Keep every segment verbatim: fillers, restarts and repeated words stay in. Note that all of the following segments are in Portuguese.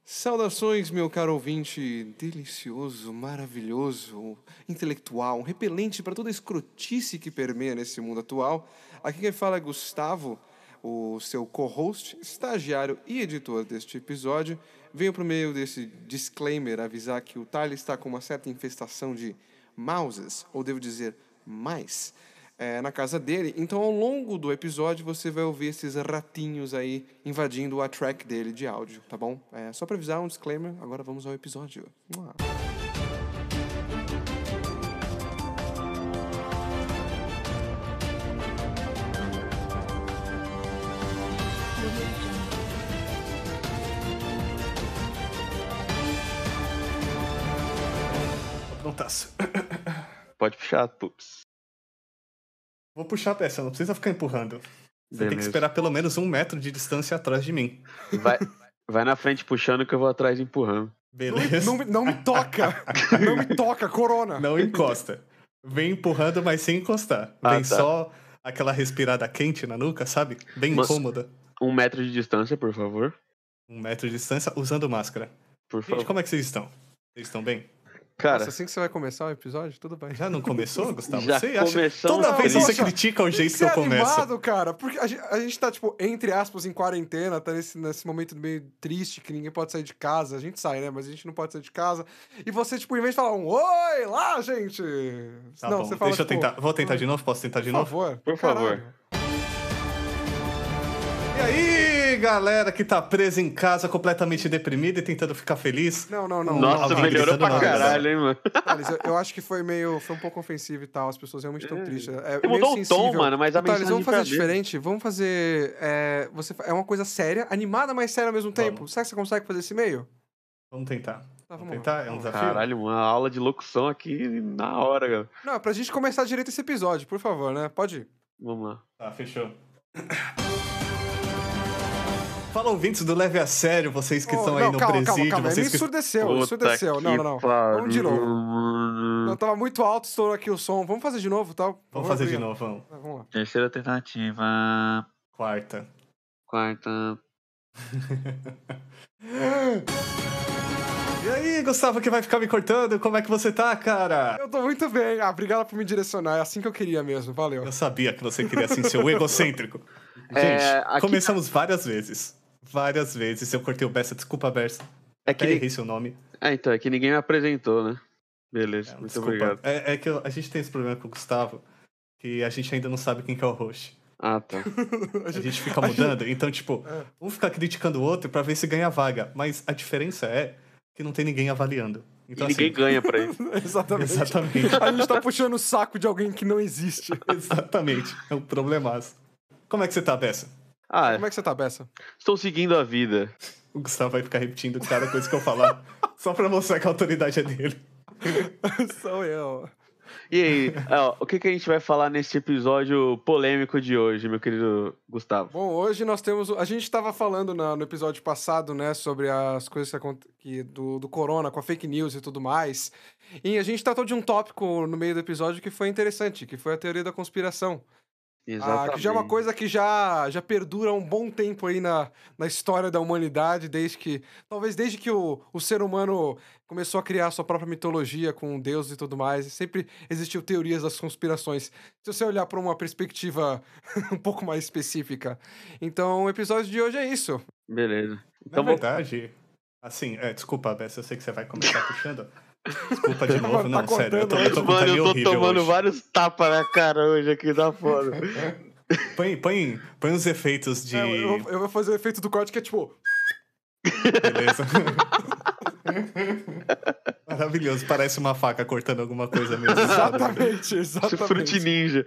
Saudações, meu caro ouvinte delicioso, maravilhoso, intelectual, um repelente para toda a escrotice que permeia nesse mundo atual. Aqui quem fala é Gustavo, o seu co-host, estagiário e editor deste episódio. Venho por meio desse disclaimer avisar que o Tyler está com uma certa infestação de mouses, ou devo dizer, mais, é, na casa dele. Então, ao longo do episódio, você vai ouvir esses ratinhos aí invadindo a track dele de áudio, tá bom? É, só pra avisar, um disclaimer. Agora vamos ao episódio. Mua. Prontaço. Pode puxar, Pups. Vou puxar a peça, não precisa ficar empurrando. Você Beleza. tem que esperar pelo menos um metro de distância atrás de mim. Vai, vai na frente puxando que eu vou atrás empurrando. Beleza? Não, me- não me toca! Não me toca, corona! Não encosta. Vem empurrando, mas sem encostar. Ah, Vem tá. só aquela respirada quente na nuca, sabe? Bem Mas- incômoda. Um metro de distância, por favor. Um metro de distância, usando máscara. Por Gente, favor. como é que vocês estão? Vocês estão bem? Cara, Nossa, assim que você vai começar o episódio, tudo bem. Já não começou, Gustavo? Já você acha... começamos Toda vez triste. você critica o Tem jeito que que eu ser começo. animado, cara, porque a gente, a gente tá, tipo, entre aspas, em quarentena, tá nesse, nesse momento meio triste, que ninguém pode sair de casa. A gente sai, né? Mas a gente não pode sair de casa. E você, tipo, em vez de falar um oi lá, gente... Tá não, bom, você fala, deixa eu tipo, tentar. Vou tentar de novo? Posso tentar de Por novo? favor. Por favor. Caralho. E aí, galera que tá presa em casa, completamente deprimida e tentando ficar feliz? Não, não, não. nossa, alguém melhorou gritando pra na caralho, hein, mano. Thales, eu, eu acho que foi meio... Foi um pouco ofensivo e tal. As pessoas realmente estão É. tristes. É Você meio mudou o sensível. tom, mano, mas a Ô, Thales, mensagem vamos fazer pra dentro. diferente. Vamos fazer... É, você, é uma coisa séria, animada, mas séria ao mesmo tempo. Vamos. Será que você consegue fazer esse meio? Vamos tentar. Tá, Vamos vamos lá. tentar? É um Vamos lá. desafio? Caralho, uma aula de locução aqui na hora, galera. Não, é pra gente começar direito esse episódio, por favor, né? Pode ir. Vamos lá. Tá, fechou. Fala, ouvintes do Leve a Sério, vocês que Oh, estão não, aí no calma, presídio, calma, calma. Me vocês que... ensurdeceu, me ensurdeceu. Não, não, não. Vamos de novo. Não, novo. tava muito alto, estourou aqui o som. Vamos fazer de novo, tal? Vamos fazer de novo, vamos. Ah, vamos lá. Terceira tentativa. Quarta. Quarta. E aí, Gustavo, que vai ficar me cortando, como é que você tá, cara? Eu tô muito bem. Ah, obrigado por me direcionar. É assim que eu queria mesmo. Valeu. Eu sabia que você queria assim, seu egocêntrico. Gente, É, aqui- começamos várias vezes. Várias vezes. Eu cortei o Bessa, desculpa, Bessa. É que, Até ni- errei seu nome. é, então, é que ninguém me apresentou, né? Beleza, É, muito desculpa. obrigado. É, é que eu- a gente tem esse problema com o Gustavo, que a gente ainda não sabe quem que é o host. Ah, tá. A gente fica mudando, então, tipo, É. um fica criticando o outro pra ver se ganha vaga. Mas a diferença é que não tem ninguém avaliando. Então, E ninguém assim, ganha pra isso. Exatamente. Exatamente. A gente tá puxando o saco de alguém que não existe. Exatamente. É um problemaço. Como é que você tá, Bessa? Ah, Como é que você tá, Bessa? estou seguindo a vida. O Gustavo vai ficar repetindo cada coisa que eu falar, só pra mostrar que a autoridade é dele. Sou eu. E aí, ó, o que, que a gente vai falar nesse episódio polêmico de hoje, meu querido Gustavo? Bom, hoje nós temos... A gente tava falando na- no episódio passado, né, sobre as coisas que, acont- que do, do corona, com a fake news e tudo mais. E a gente tratou de um tópico no meio do episódio que foi interessante, que foi a teoria da conspiração. Ah, que já é uma coisa que já, já perdura há um bom tempo aí na, na história da humanidade, desde que... Talvez desde que o, o ser humano começou a criar a sua própria mitologia com deuses e tudo mais, e sempre existiu teorias das conspirações. Se você olhar para uma perspectiva um pouco mais específica. Então, o episódio de hoje é isso. Beleza. Na Então, vou... verdade, assim, é, desculpa, Bessa, eu sei que você vai começar puxando. Desculpa de Tá novo, não, sério, eu tô, cortando eu tô com Mano, carinho eu tô horrível tomando hoje. vários tapas na cara hoje aqui, tá foda. Põe, põe, põe uns efeitos de... É, eu, eu vou fazer o efeito do corte que é tipo... Beleza. Maravilhoso, parece uma faca cortando alguma coisa mesmo. sabe? Exatamente, exatamente. Fruit Ninja.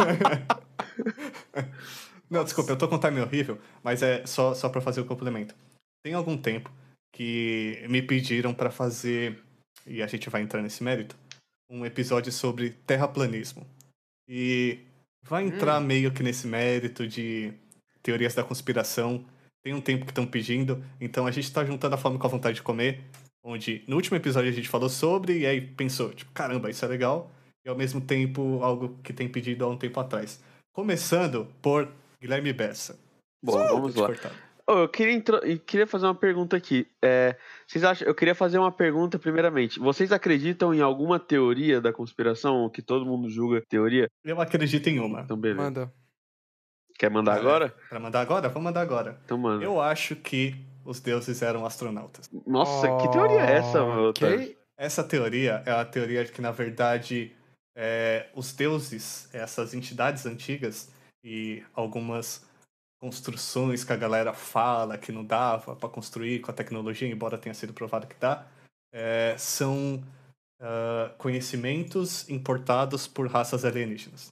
Não, desculpa, eu tô com time horrível, mas é só, só pra fazer o complemento. Tem algum tempo que me pediram pra fazer, e a gente vai entrar nesse mérito, um episódio sobre terraplanismo. E vai entrar Hum. meio que nesse mérito de teorias da conspiração. Tem um tempo que estão pedindo, então a gente tá juntando a fome com a vontade de comer, onde no último episódio a gente falou sobre, e aí pensou, tipo, caramba, isso é legal, e ao mesmo tempo algo que tem pedido há um tempo atrás. Começando por Guilherme Bessa. Bom, Desculpa vamos te lá. cortar. Oh, eu queria, intro... eu queria fazer uma pergunta aqui. É, vocês acham... Eu queria fazer uma pergunta primeiramente. Vocês acreditam em alguma teoria da conspiração que todo mundo julga teoria? Eu acredito em uma. Então, beleza. Manda. Quer mandar Cara, agora? Pra mandar agora? Vamos mandar agora. Então manda. Eu acho que os deuses eram astronautas. Nossa, que teoria é essa, meu Otávio? Ok. Essa teoria é a teoria de que, na verdade, é, os deuses, essas entidades antigas e algumas construções que a galera fala que não dava para construir com a tecnologia, embora tenha sido provado que dá, é, são uh, conhecimentos importados por raças alienígenas.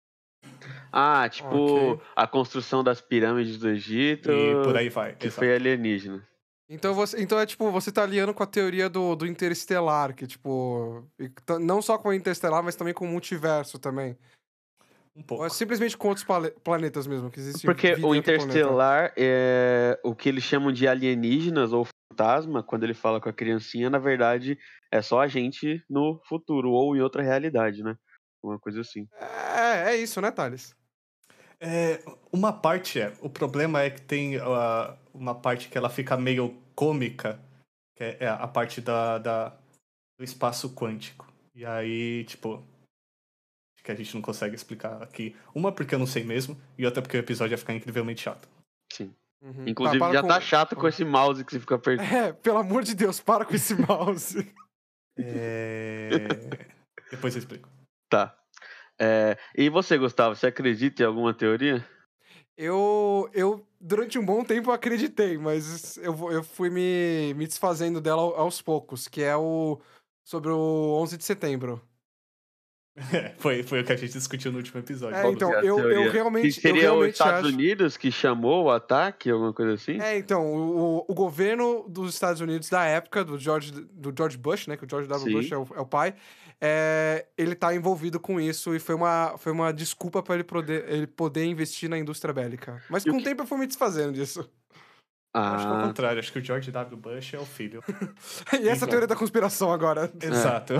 Ah, tipo, Ok. a construção das pirâmides do Egito, E por aí vai. que exato. foi alienígena. Então, você, então é tipo, você tá aliando com a teoria do, do interestelar, que tipo. e t- Não só com o interestelar, mas também com o multiverso também. Um Ou pouco. é simplesmente com outros pale- planetas mesmo, que existe Porque vida o em outro planeta. interestelar é o que eles chamam de alienígenas ou fantasma, quando ele fala com a criancinha, na verdade, é só a gente no futuro ou em outra realidade, né? Uma coisa assim. É, é isso, né, Thales? É, uma parte é. O problema é que tem uh, uma parte que ela fica meio cômica, que é a parte da, da, do espaço quântico. E aí, tipo, que a gente não consegue explicar aqui. Uma porque eu não sei mesmo, e outra porque o episódio ia ficar incrivelmente chato. Sim. Uhum. Inclusive, Tá, para já com- tá chato com esse mouse que você fica apertando. É, pelo amor de Deus, para com esse mouse. É... Depois eu explico. Tá. É, e você, Gustavo, você acredita em alguma teoria? Eu, eu, durante um bom tempo, eu acreditei, mas eu, vou- eu fui me, me desfazendo dela ao- aos poucos, que é o sobre o onze de setembro. foi, foi o que a gente discutiu no último episódio. É, Qual então, que é a eu, eu teoria? realmente, Que seria eu realmente os Estados acho... Unidos que chamou o ataque, alguma coisa assim? É, então, o, o governo dos Estados Unidos da época, do George, do George Bush, né, que o George W. Sim. Bush é o, é o pai, é, ele tá envolvido com isso e foi uma, foi uma desculpa pra ele poder, ele poder investir na indústria bélica. Mas E o com o que- tempo eu fui me desfazendo disso. Eu acho que é o Ah, contrário, acho que o George W. Bush é o filho. E essa é a Exato. teoria da conspiração agora. Exato.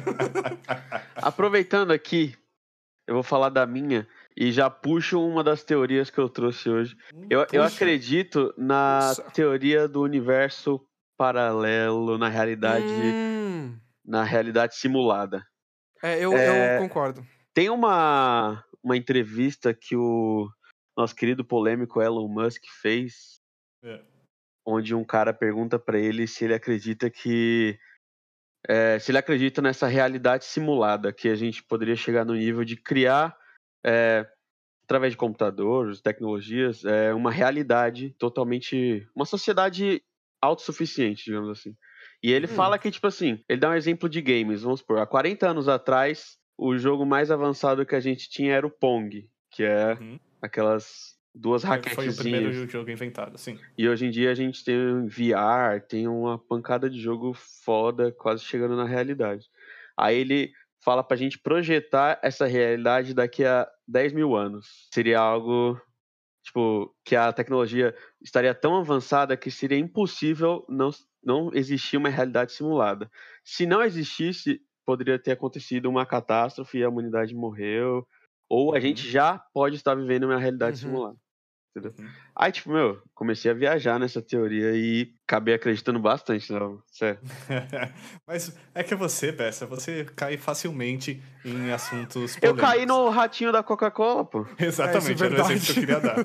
aproveitando aqui, eu vou falar da minha e já puxo uma das teorias que eu trouxe hoje. Eu, eu Puxa. acredito na Nossa. teoria do universo paralelo, na realidade, Hum, na realidade simulada. é, eu, É, eu concordo. Tem uma, uma entrevista que o nosso querido polêmico Elon Musk fez, É. onde um cara pergunta pra ele se ele acredita que é, se ele acredita nessa realidade simulada, que a gente poderia chegar no nível de criar, é, através de computadores, tecnologias, é, uma realidade totalmente, uma sociedade autossuficiente, digamos assim. E ele Hum. fala que, tipo assim, ele dá um exemplo de games, vamos supor, há quarenta anos atrás, o jogo mais avançado que a gente tinha era o Pong, que é Uhum. aquelas duas Foi o raquetezinhas. primeiro jogo inventado, sim. E hoje em dia a gente tem V R, tem uma pancada de jogo foda, quase chegando na realidade. Aí ele fala pra gente projetar essa realidade daqui a dez mil anos. Seria algo, tipo, que a tecnologia estaria tão avançada que seria impossível não, não existir uma realidade simulada. Se não existisse, poderia ter acontecido uma catástrofe e a humanidade morreu. Ou a Uhum. gente já pode estar vivendo uma realidade Uhum. simulada. Entendeu? Uhum. Aí, tipo, meu, comecei a viajar nessa teoria e acabei acreditando bastante, não, sério. Mas é que você, Bessa, você cai facilmente em assuntos Eu polêmicos. caí no ratinho da Coca-Cola, pô. Exatamente, É, isso é era o exemplo que eu queria dar.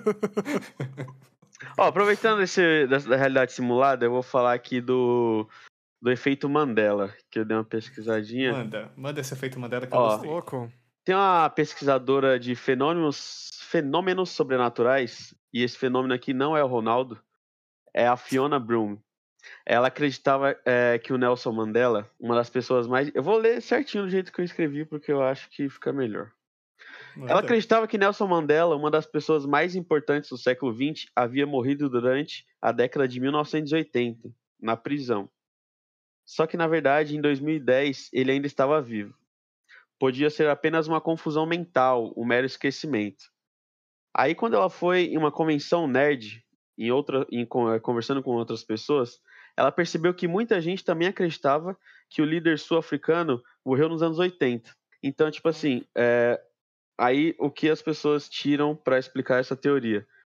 Ó, aproveitando esse, da, da realidade simulada, eu vou falar aqui do, do efeito Mandela, que eu dei uma pesquisadinha. Manda, manda esse efeito Mandela que eu Ó, Tá gostei. louco. Tem uma pesquisadora de fenômenos, fenômenos sobrenaturais, e esse fenômeno aqui não é o Ronaldo, é a Fiona Broom. Ela acreditava é, que o Nelson Mandela, uma das pessoas mais... Eu vou ler certinho do jeito que eu escrevi, porque eu acho que fica melhor. Manda. Ela acreditava que Nelson Mandela, uma das pessoas mais importantes do século vinte, havia morrido durante a década de mil novecentos e oitenta, na prisão. Só que, na verdade, em dois mil e dez, ele ainda estava vivo. Podia ser apenas uma confusão mental, um mero esquecimento. Aí, quando ela foi em uma convenção nerd, em outra, em, conversando com outras pessoas, ela percebeu que muita gente também acreditava que o líder sul-africano morreu nos anos oitenta. Então, tipo assim, é, aí o que as pessoas tiram para explicar essa teoria?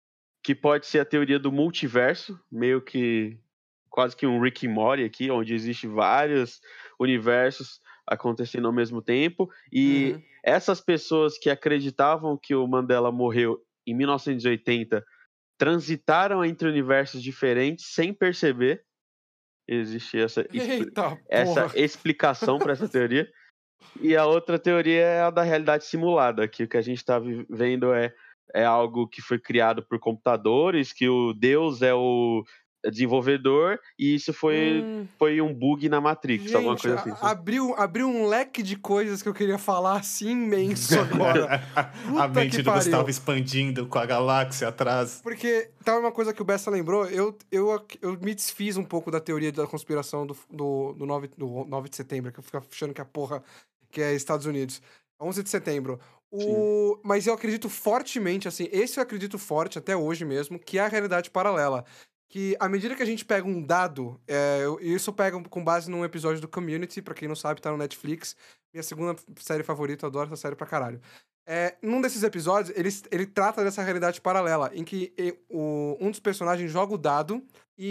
que pode ser a teoria do multiverso, meio que quase que um Rick and Morty aqui, onde existe vários universos acontecendo ao mesmo tempo, e Uhum. essas pessoas que acreditavam que o Mandela morreu em mil novecentos e oitenta transitaram entre universos diferentes sem perceber. Existe essa, expli- Eita essa porra! explicação para essa teoria. E a outra teoria é a da realidade simulada, que o que a gente está vendo é, é algo que foi criado por computadores, que o Deus é o desenvolvedor, e isso foi, Hum, foi um bug na Matrix, alguma gente, coisa a- assim. Sabe? abriu, abriu um leque de coisas que eu queria falar assim imenso agora. A Puta mente que do pariu. Gustavo expandindo com a galáxia atrás. Porque tá uma coisa que o Bessa lembrou, eu, eu, eu me desfiz um pouco da teoria da conspiração do, do, do, nove, do nove de setembro, que eu fico achando que a porra que é Estados Unidos. onze de setembro. O... Mas eu acredito fortemente, assim, esse eu acredito forte até hoje mesmo, que é a realidade paralela. Que à medida que a gente pega um dado, é, eu- isso eu pego com base num episódio do Community, pra quem não sabe, tá no Netflix. Minha segunda série favorita, eu adoro essa série pra caralho. É, num desses episódios, ele, ele trata dessa realidade paralela, em que e- o, um dos personagens joga o dado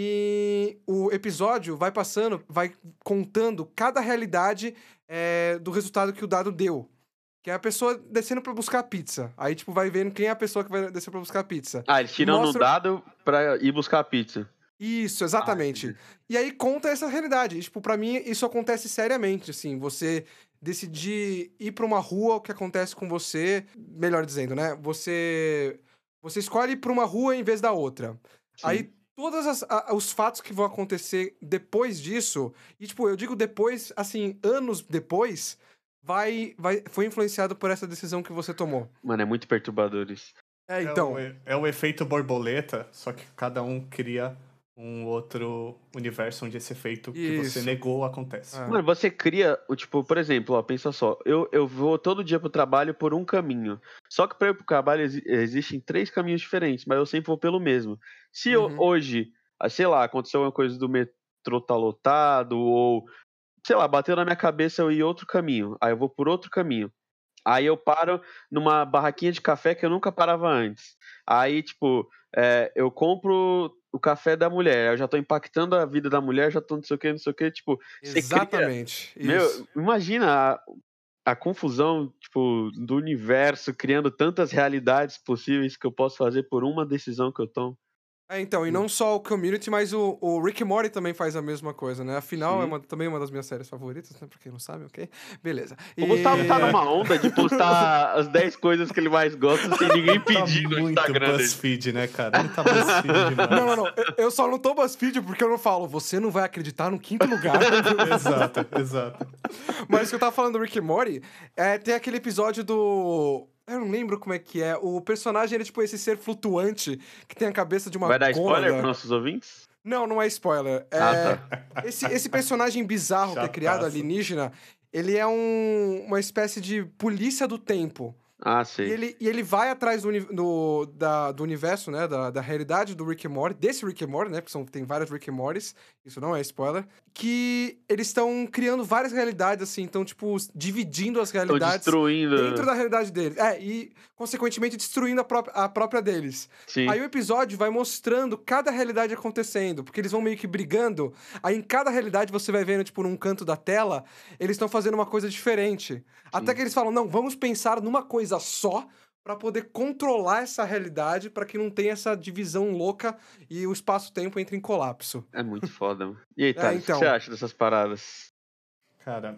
e o episódio vai passando, vai contando cada realidade é, do resultado que o dado deu. Que é a pessoa descendo pra buscar a pizza. Aí, tipo, vai vendo quem é a pessoa que vai descer pra buscar a pizza. Ah, eles E tiram no mostra. dado pra ir buscar a pizza. Isso, Ah, exatamente. entendi. E aí conta essa realidade. E, tipo, pra mim, isso acontece seriamente, assim. Você decidir ir pra uma rua, o que acontece com você... Melhor dizendo, né? Você... Você escolhe ir pra uma rua em vez da outra. Sim. Aí, todos as- a- os fatos que vão acontecer depois disso... E, tipo, eu digo depois, assim, anos depois... Vai, vai, foi influenciado por essa decisão que você tomou. Mano, é muito perturbador isso. É, É então... o, e- é o efeito borboleta, só que cada um cria um outro universo onde esse efeito que você Isso. negou acontece. É. Mano, você cria, o tipo, por exemplo, ó, pensa só, eu, eu vou todo dia pro trabalho por um caminho. Só que pra ir pro trabalho exi- existem três caminhos diferentes, mas eu sempre vou pelo mesmo. Se eu, Uhum. hoje, ah, sei lá, aconteceu alguma coisa do metrô tá lotado, ou, sei lá, bateu na minha cabeça eu ir outro caminho, aí eu vou por outro caminho. Aí eu paro numa barraquinha de café que eu nunca parava antes. Aí, tipo, é, eu compro o café da mulher, eu já tô impactando a vida da mulher, já tô não sei o que, não sei o que, tipo, você cria. Exatamente. Meu, Isso. imagina a, a confusão, tipo, do universo criando tantas realidades possíveis que eu posso fazer por uma decisão que eu tomo. É, então, e não só o Community, mas o, o Rick and Morty também faz a mesma coisa, né? Afinal, é Sim. uma- também uma das minhas séries favoritas, né? Pra quem não sabe, ok? Beleza. O Gustavo tá E... numa onda de postar as dez coisas que ele mais gosta sem ninguém Tá pedir no muito Instagram dele. BuzzFeed, né, cara? Ele tá BuzzFeed demais. Não, não, não. Eu, eu só não tô BuzzFeed porque eu não falo, você não vai acreditar no quinto lugar. Exato, exato. Mas o que eu tava falando do Rick and Morty, é, tem aquele episódio do... Eu não lembro como é que é. O personagem, ele é tipo esse ser flutuante que tem a cabeça de uma Vai dar spoiler gônada. pros nossos ouvintes? Não, não é spoiler. É... Ah, esse, esse personagem bizarro que é criado, Chataço. alienígena, ele é um, uma espécie de polícia do tempo. Ah, E sei. ele, e ele vai atrás do, uni- do, da, do universo, né? Da, da realidade do Rick and Morty, desse Rick and Morty, né? Porque são, tem vários Rick and Mortys, isso não é spoiler. Que eles estão criando várias realidades, assim, então, tipo, dividindo as Estão realidades destruindo. dentro da realidade deles. É, e, consequentemente, destruindo a, pró- a própria deles. Sim. Aí o episódio vai mostrando cada realidade acontecendo, porque eles vão meio que brigando. Aí em cada realidade você vai vendo, tipo, num canto da tela, eles estão fazendo uma coisa diferente. Até que eles falam, não, vamos pensar numa coisa só pra poder controlar essa realidade, pra que não tenha essa divisão louca e o espaço-tempo entre em colapso. É muito foda, mano. E aí, É, Thales, então. o que você acha dessas paradas? Cara,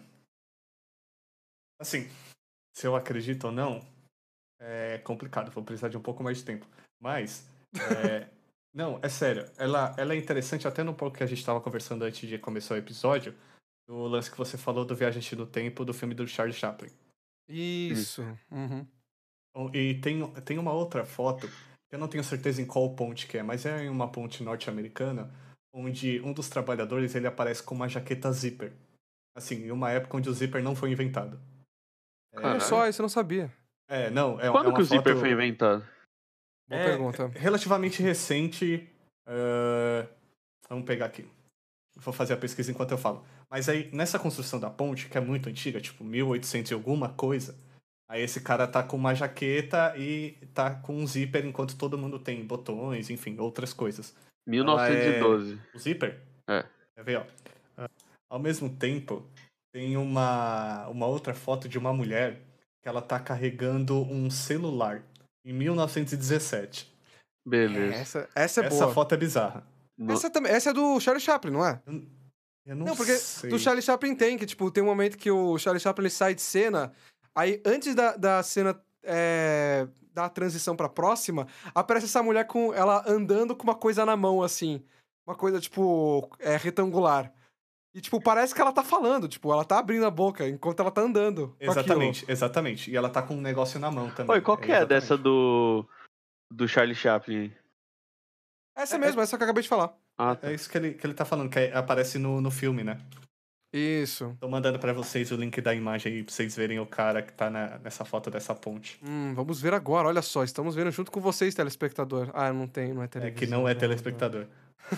assim, se eu acredito ou não, é complicado, vou precisar de um pouco mais de tempo. Mas, é, não, é sério, ela, ela é interessante até no pouco que a gente estava conversando antes de começar o episódio, do lance que você falou do Viajante do Tempo, do filme do Charlie Chaplin. Isso. Uhum. E tem, tem uma outra foto, eu não tenho certeza em qual ponte que é, mas é em uma ponte norte-americana, onde um dos trabalhadores ele aparece com uma jaqueta zíper. Assim, em uma época onde o zíper não foi inventado. Olha Caralho. só, isso eu não sabia. É, não, é, Quando é uma que o zíper foto... foi inventado? Boa É pergunta. relativamente recente. eh, Vamos pegar aqui. Vou fazer a pesquisa enquanto eu falo. Mas aí, nessa construção da ponte, que é muito antiga, tipo mil e oitocentos e alguma coisa, Aí esse cara tá com uma jaqueta e tá com um zíper, enquanto todo mundo tem botões, enfim, outras coisas. Ela é... mil novecentos e doze. O zíper? É. Quer ver, ó. Ao mesmo tempo, tem uma, uma outra foto de uma mulher que ela tá carregando um celular em mil novecentos e dezessete. É, Beleza. essa, essa é Essa boa. foto é bizarra. No- Essa, também, essa é do Charlie Chaplin, não é? Eu, eu não, Não, porque sei. do Charlie Chaplin tem, que, tipo, tem um momento que o Charlie Chaplin ele sai de cena, aí antes da, da cena é, da transição pra próxima, aparece essa mulher com ela andando com uma coisa na mão, assim. Uma coisa, tipo, é, retangular. E, tipo, parece que ela tá falando, tipo, ela tá abrindo a boca enquanto ela tá andando. com Exatamente, aquilo. exatamente. E ela tá com um negócio na mão também. Oi, qual que é, exatamente. dessa do, do Charlie Chaplin? Essa É, mesmo, essa que eu acabei de falar. Ah, tá. É isso que ele, que ele tá falando, que é- aparece no, no filme, né? Isso. Tô mandando pra vocês o link da imagem aí pra vocês verem o cara que tá na- nessa foto dessa ponte. Hum, vamos ver agora, olha só, estamos vendo junto com vocês, telespectador. Ah, não tem, não é É televisão. que não é não, telespectador.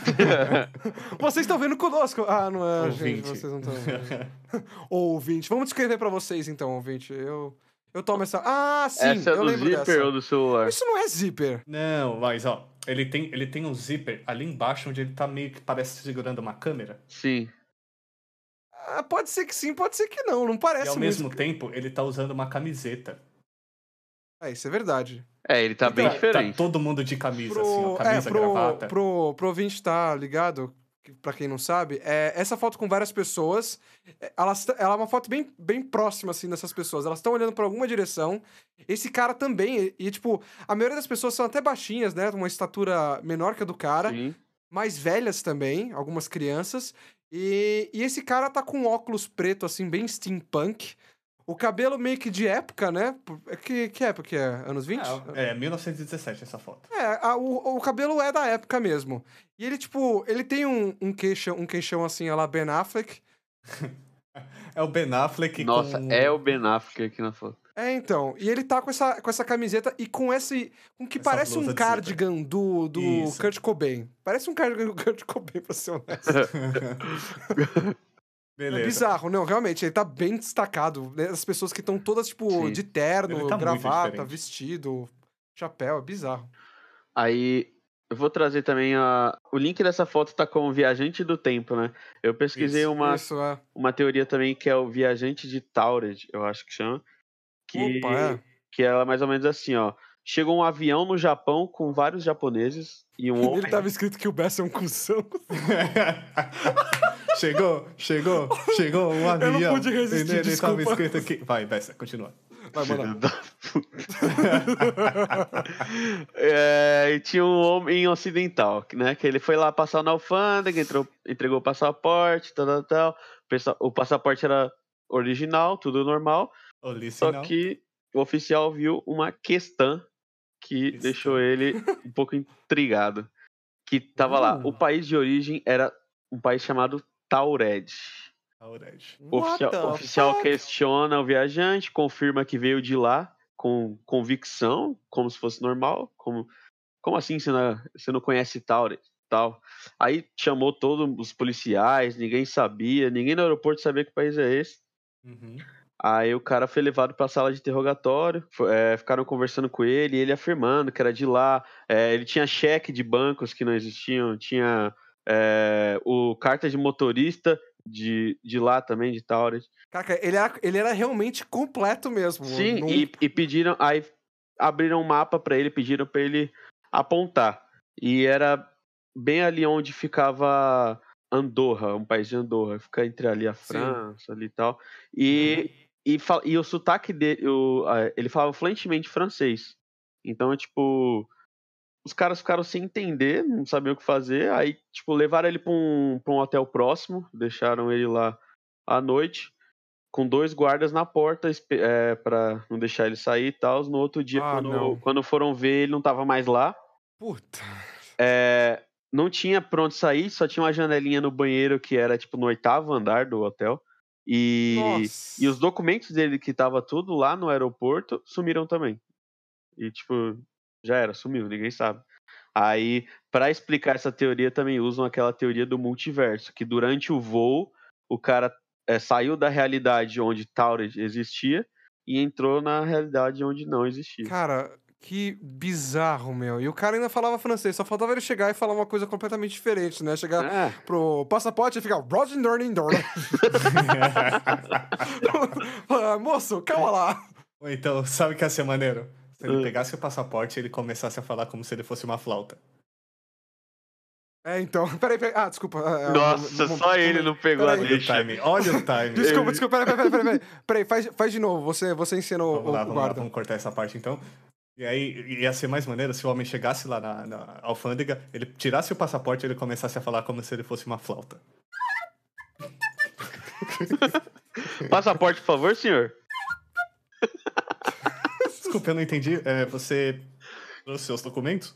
não. Vocês estão vendo conosco? Ah, não é, gente, Ouvinte. vocês não estão vendo. Ouvinte, vamos descrever pra vocês então, ouvinte. Eu, eu tomo essa... Ah, sim, Essa é eu do lembro zíper dessa. ou do celular? Isso não é zíper. Não, mas ó, ele tem, ele tem um zíper ali embaixo onde ele tá meio que parece segurando uma câmera. Sim. Ah, pode ser que sim, pode ser que não, não parece E ao muito. mesmo tempo, ele tá usando uma camiseta. É, isso é verdade. É, ele tá Então, bem Tá, diferente. tá todo mundo de camisa, Pro, assim, ó. Camisa, é, pro, gravata. pro, pro ouvinte tá ligado, que- pra quem não sabe, é, essa foto com várias pessoas, é, elas, ela é uma foto bem, bem próxima, assim, dessas pessoas. Elas estão olhando pra alguma direção. Esse cara também, e, e, tipo, a maioria das pessoas são até baixinhas, né? Uma estatura menor que a do cara. Sim. Mais velhas também, algumas crianças. E, e esse cara tá com um óculos preto, assim, bem steampunk. O cabelo meio que de época, né? Que, que época que é? Anos vinte? É, é mil novecentos e dezessete essa foto. É, a- o, o cabelo é da época mesmo. E ele, tipo, ele tem um, um, queixão, um queixão assim, a lá Ben Affleck. É o Ben Affleck Nossa, com... é o Ben Affleck aqui na foto. É, então. E ele tá com essa, com essa camiseta e com esse. Com que Essa parece blusa um de cardigan do, do Isso. Kurt Cobain. Parece um cardigan do Kurt Cobain, pra ser honesto. É Beleza. bizarro, não, realmente, ele tá bem destacado. Né? As pessoas que estão todas, tipo, Sim. de terno, Ele tá muito gravata, diferente. vestido, chapéu, é bizarro. Aí, eu vou trazer também a... O link dessa foto tá como Viajante do Tempo, né? Eu pesquisei Isso, uma, Isso, é. uma teoria também que é o Viajante de Taured, eu acho que chama. Que, Opa, é. que ela é mais ou menos assim, ó. Chegou um avião no Japão com vários japoneses e um homem... Nele tava escrito que o Bessa é um cuzão. Chegou, chegou, chegou um Eu avião. não pude resistir, Ele tava desculpa. escrito aqui. Vai, Bessa, continua. Vai, Filho mano. da puta. É, e tinha um homem ocidental, né? Que ele foi lá passar na alfândega, entrou, entregou o passaporte, tal, tal, tal. O passa- O passaporte era original, tudo normal. O Só sinal. que o oficial viu uma questão que Questão. deixou ele um pouco intrigado. Que tava lá, Uh. o país de origem era um país chamado Taured. Aured. O What oficial, the o oficial fuck? questiona o viajante, confirma que veio de lá com convicção, como se fosse normal. Como, como assim você não, você não conhece Taured? Tal. Aí chamou todos os policiais, ninguém sabia, ninguém no aeroporto sabia que país é esse. Uhum. Aí o cara foi levado para a sala de interrogatório, foi- é, ficaram conversando com ele, e ele afirmando que era de lá. É, ele tinha cheque de bancos que não existiam, tinha é, o carta de motorista de, de lá também, de Tauret. Caraca, ele era, ele era realmente completo mesmo. Sim, Não- e, e pediram, aí abriram um mapa para ele, pediram para ele apontar. E era bem ali onde ficava Andorra, um país de Andorra, fica entre ali a Sim. França ali e tal. E, e, fa- e o sotaque dele, o, ah, ele falava fluentemente francês. Então, tipo, os caras ficaram sem entender, não sabiam o que fazer. Aí, tipo, levaram ele pra um, pra um hotel próximo, deixaram ele lá à noite, com dois guardas na porta, espe- é, pra não deixar ele sair e tal. No outro dia, Ah, quando, não. quando foram ver, ele não tava mais lá. Puta. É, não tinha pra onde sair, só tinha uma janelinha no banheiro que era, tipo, no oitavo andar do hotel. E, Nossa. e os documentos dele, que tava tudo lá no aeroporto, sumiram também. E, tipo, já era, sumiu, ninguém sabe. Aí, pra explicar essa teoria, também usam aquela teoria do multiverso, que durante o voo, o cara é, saiu da realidade onde Tauret existia e entrou na realidade onde não existia. Cara, que bizarro, meu. E o cara ainda falava francês, só faltava ele chegar e falar uma coisa completamente diferente, né? Chegar É. pro passaporte e ficar... "Roger Dorning Dorning." Ah, moço, calma lá. Ou então, sabe o que ia ser maneiro? Se ele Ah. pegasse o passaporte e ele começasse a falar como se ele fosse uma flauta. É, então... Peraí, peraí. Ah, desculpa. Ah, é, Nossa, um- um- só um- ele não pegou a Peraí. Olha o deixa. timing, olha o timing. Desculpa, desculpa. Peraí, peraí, peraí. Peraí, peraí faz, faz de novo. Você, você ensina o, Vamos lá, o vamos lá, guarda. vamos cortar essa parte então. E aí ia ser mais maneiro se o homem chegasse lá na, na alfândega, ele tirasse o passaporte e ele começasse a falar como se ele fosse uma flauta. Passaporte, por favor, senhor. Desculpa, eu não entendi. É, você trouxe seus documentos?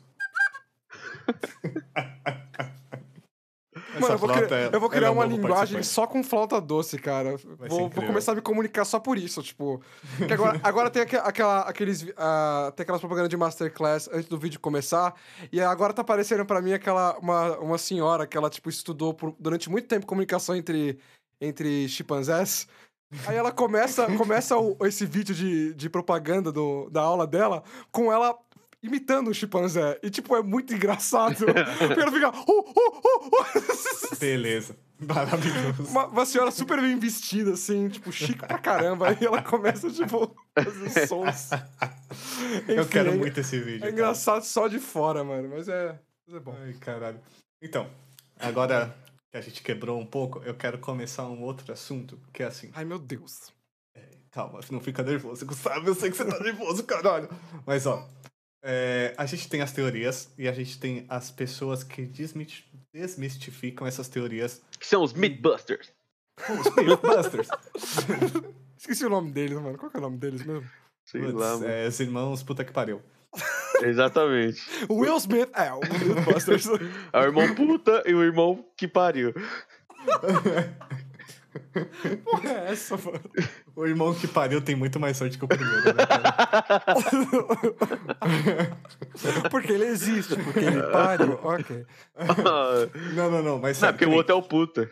Mano, eu vou, flauta criar, é- eu vou ela criar é um uma novo linguagem participante. só com flauta doce, cara. ser Vou, vou incrível. começar a me comunicar só por isso, tipo... Que agora, agora tem aqua- aquela, aqueles, ah, tem aquelas propagandas de Masterclass antes do vídeo começar, e agora tá aparecendo pra mim aquela, uma, uma senhora que ela, tipo, estudou por- durante muito tempo comunicação entre, entre chimpanzés. Aí ela começa, começa o- esse vídeo de, de propaganda do, da aula dela com ela imitando o chimpanzé. E, tipo, é muito engraçado. Porque ela fica... "Uh, uh, uh, uh." Beleza. Maravilhoso. Uma, uma senhora super bem vestida, assim, tipo, chique pra caramba. Aí ela começa, tipo, a fazer sons. Eu Enfim, quero é, muito esse vídeo. É cara. engraçado só de fora, mano. Mas é, mas é bom. Ai, caralho. Então, agora que a gente quebrou um pouco, eu quero começar um outro assunto, que é assim. Ai, meu Deus. Calma, não fica nervoso, Gustavo. Eu sei que você tá nervoso, caralho. Mas, ó, é, a gente tem as teorias e a gente tem as pessoas que desmit- desmistificam essas teorias. Que são os Mythbusters. Os Mythbusters. Esqueci o nome deles, mano. Qual que é o nome deles mesmo? Sei Putz, lá, mano. é, os irmãos, puta que pariu. Exatamente. O Will Smith. É, o Mythbusters. É o irmão puta e o irmão que pariu. Porra, é essa, mano? O irmão que pariu tem muito mais sorte que o primeiro, né, cara? Porque ele existe, porque ele pariu. Ok. Não, não, não, mas Não, é sabe, porque o outro é o puta.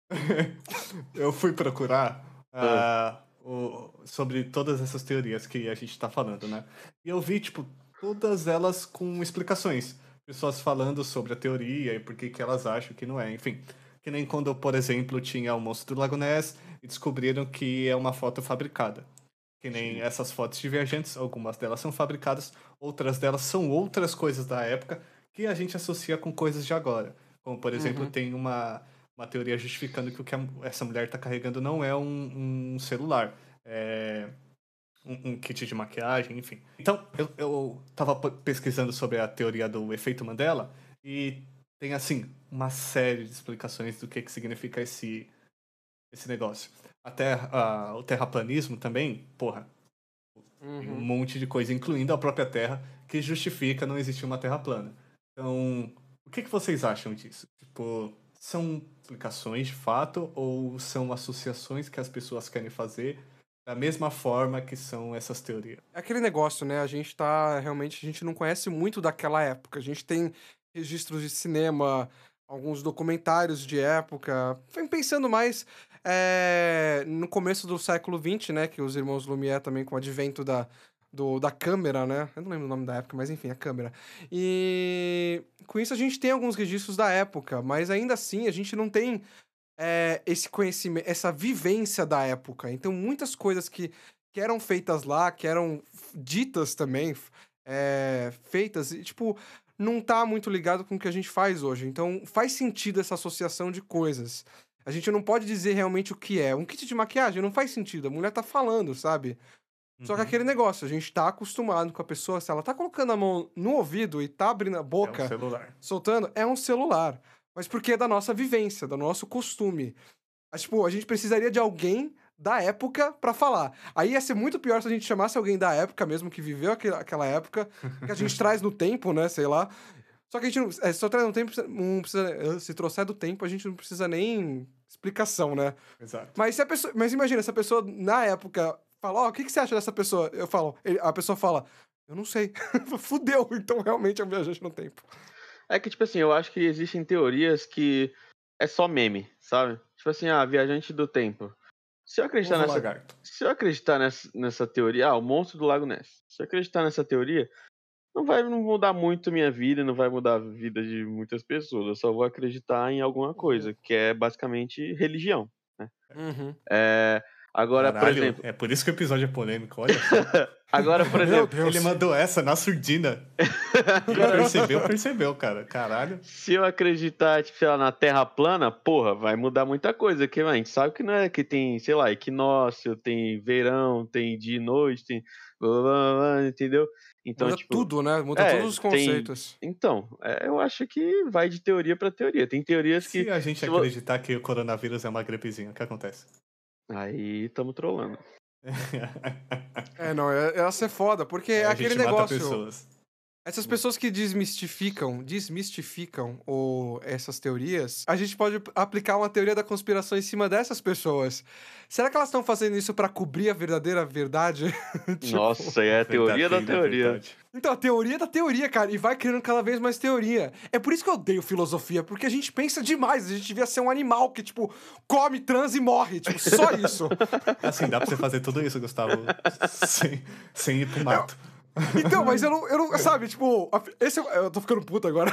eu fui procurar ah, o- sobre todas essas teorias que a gente tá falando, né? E eu vi, tipo, todas elas com explicações. Pessoas falando sobre a teoria e por que que elas acham que não é, enfim. Que nem quando, por exemplo, tinha o Monstro do Lago Ness e descobriram que é uma foto fabricada. Que nem essas fotos de viajantes, algumas delas são fabricadas, outras delas são outras coisas da época que a gente associa com coisas de agora. Como, por exemplo, Uhum. tem uma, uma teoria justificando que o que a- essa mulher está carregando não é um, um celular, é um, um kit de maquiagem, enfim. Então, eu, eu tava p- pesquisando sobre a teoria do efeito Mandela e tem, assim, uma série de explicações do que, que significa esse, esse negócio. Até ah, o terraplanismo também, porra, tem um Uhum. monte de coisa, incluindo a própria Terra, que justifica não existir uma Terra plana. Então, o que, que vocês acham disso? Tipo, são explicações de fato ou são associações que as pessoas querem fazer da mesma forma que são essas teorias? É aquele negócio, né? A gente tá. Realmente, a gente não conhece muito daquela época. A gente tem registros de cinema, alguns documentários de época. Vem pensando mais é, no começo do século vinte, né? Que os irmãos Lumière também, com o advento da, do, da câmera, né? Eu não lembro o nome da época, mas enfim, a câmera. E com isso a gente tem alguns registros da época, mas ainda assim a gente não tem é, esse conhecimento, essa vivência da época. Então, muitas coisas que, que eram feitas lá, que eram f- ditas também, f- é, feitas, e, tipo, não tá muito ligado com o que a gente faz hoje. Então, faz sentido essa associação de coisas. A gente não pode dizer realmente o que é. Um kit de maquiagem não faz sentido. A mulher tá falando, sabe? Só que Uhum. aquele negócio, a gente tá acostumado com a pessoa, se ela tá colocando a mão no ouvido e tá abrindo a É um boca, celular. soltando, é um celular. Mas porque é da nossa vivência, do nosso costume. Mas, tipo, a gente precisaria de alguém da época pra falar. Aí ia ser muito pior se a gente chamasse alguém da época mesmo, que viveu aquele- aquela época, que a gente traz no tempo, né, sei lá. Só que a gente não... É, se só traz no tempo, não precisa... Se trouxer do tempo, a gente não precisa nem explicação, né? Exato. Mas se a pessoa... Mas imagina, se a pessoa, na época, fala, ó, o que, que você acha dessa pessoa? Eu falo... ele- A pessoa fala, eu não sei. Fudeu, então realmente é um viajante no tempo. É que, tipo assim, eu acho que existem teorias que é só meme, sabe? Tipo assim, ah, viajante do tempo. Se eu acreditar Ovo nessa, lagarto. se eu acreditar nessa, nessa teoria, ah, o monstro do Lago Ness. Se eu acreditar nessa teoria, não vai não mudar muito minha vida, não vai mudar a vida de muitas pessoas. Eu só vou acreditar em alguma coisa, que é basicamente religião. Né? Uhum. É, agora, por Caralho, exemplo. é por isso que o episódio é polêmico, olha só. Agora, por Meu exemplo. Deus. Ele mandou essa na surdina. Ele percebeu, percebeu, cara. Caralho. Se eu acreditar, tipo, sei lá, na Terra plana, porra, vai mudar muita coisa. Que a gente sabe que não é que tem, sei lá, equinócio, tem verão, tem dia e noite, tem. blá, blá, blá, entendeu? Então, Muda tipo. tudo, né? Muda é, todos os tem- conceitos. Então, é, eu acho que vai de teoria pra teoria. Tem teorias que. Se a gente se vo- acreditar que o coronavírus é uma gripezinha, o que acontece? Aí tamo trolando. É, não, é, essa é foda, porque Aí é a aquele gente mata negócio. pessoas. Essas pessoas que desmistificam, desmistificam ou essas teorias, a gente pode aplicar uma teoria da conspiração em cima dessas pessoas. Será que elas estão fazendo isso pra cobrir a verdadeira verdade? Tipo, Nossa, é a teoria da Verdadeira teoria. verdade. Então, a teoria da teoria, cara, e vai criando cada vez mais teoria. É por isso que eu odeio filosofia, porque a gente pensa demais, a gente devia ser um animal que, tipo, come, transa e morre, tipo, só isso. Assim, dá pra você fazer tudo isso, Gustavo, sem, sem ir pro mato. Então, mas eu não, eu não sabe, tipo, a, esse, é- eu tô ficando puto agora.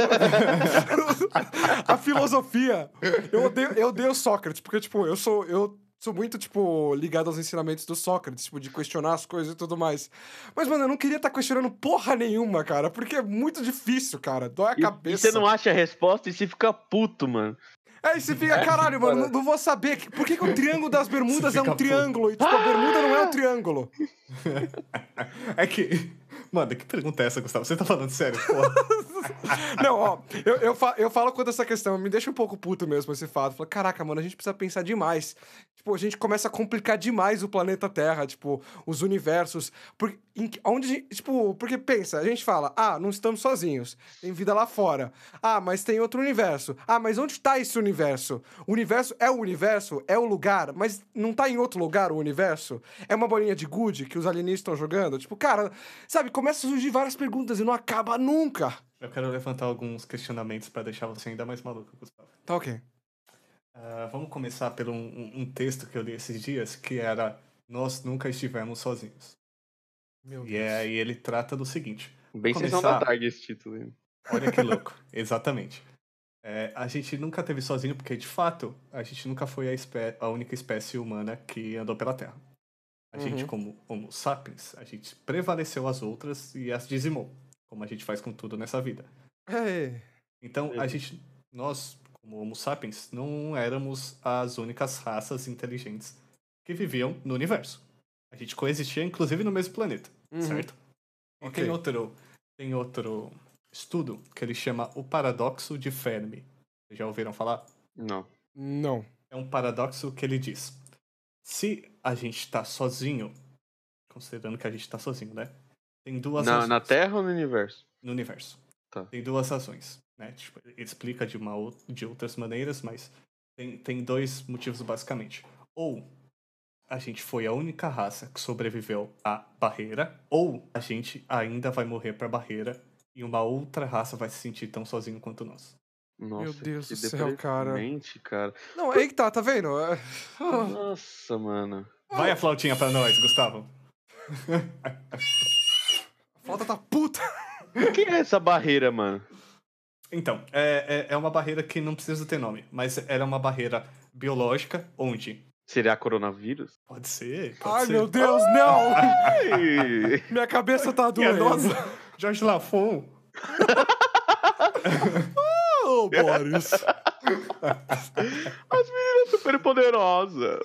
A filosofia, eu odeio, eu odeio Sócrates, porque, tipo, eu sou, eu sou muito, tipo, ligado aos ensinamentos do Sócrates, tipo, de questionar as coisas e tudo mais. Mas, mano, eu não queria estar questionando porra nenhuma, cara, porque é muito difícil, cara, dói a E, e cabeça. você não acha a resposta e você fica puto, mano. É, e você fica, caralho, mano, não, não vou saber. que- Por que, que o Triângulo das Bermudas Você é um fica puto. triângulo? E, tipo, a bermuda não é um triângulo. É que. Mano, que pergunta é essa, Gustavo? Você tá falando sério? Porra. Não, ó, eu, eu, fa- eu falo quanto a essa questão, me deixa um pouco puto mesmo esse fato. Falo, caraca, mano, a gente precisa pensar demais. Tipo, a gente começa a complicar demais o planeta Terra, tipo, os universos. Por, em, onde, a gente- tipo, porque pensa, a gente fala, ah, não estamos sozinhos, tem vida lá fora. Ah, mas tem outro universo. Ah, mas onde tá esse universo? O universo é o universo, é o lugar, mas não tá em outro lugar o universo? É uma bolinha de gude que os alienígenas estão jogando? Tipo, cara, sabe, começa a surgir várias perguntas e não acaba nunca. Eu quero levantar alguns questionamentos pra deixar você ainda mais maluco, Gustavo. Tá ok. Ah, vamos começar por um, um- um texto que eu li esses dias, que era Nós Nunca Estivemos Sozinhos. Meu E aí ele trata do seguinte. Bem Começar- sessão da tarde esse título. hein? Olha que louco. Exatamente. É, a gente nunca teve sozinho, porque de fato, a gente nunca foi a, espé- a única espécie humana que andou pela Terra. A Uhum. gente, como Homo sapiens, a gente prevaleceu as outras e as dizimou, como a gente faz com tudo nessa vida. É. Então, a gente, nós, como Homo sapiens, não éramos as únicas raças inteligentes que viviam no universo. A gente coexistia, inclusive, no mesmo planeta, Uhum. certo? E Ok. tem outro, tem outro estudo que ele chama o paradoxo de Fermi. Vocês já ouviram falar? Não. Não. É um paradoxo que ele diz: se a gente está sozinho, considerando que a gente está sozinho, né? Tem duas Na, razões na Terra ou no universo? no universo. Tá. Tem duas razões, né? Tipo, ele explica de, uma, ou- de outras maneiras, mas tem, tem dois motivos basicamente. Ou a gente foi a única raça que sobreviveu à barreira, ou a gente ainda vai morrer pra barreira e uma outra raça vai se sentir tão sozinho quanto nós. Nossa, Deus que do céu, cara. deprimente, cara. Não, aí que tá, tá vendo? É- Ah, Nossa, mano. Vai a flautinha pra nós, Gustavo. a falta tá puta. O que é essa barreira, mano? Então, é, é, é uma barreira que não precisa ter nome, mas era uma barreira biológica onde Seria coronavírus? pode ser, pode Ai, ser. meu Deus, não! Ai, Minha cabeça tá E é doendo. nossa, Jorge Lafon. Ô, Boris. As meninas super poderosas.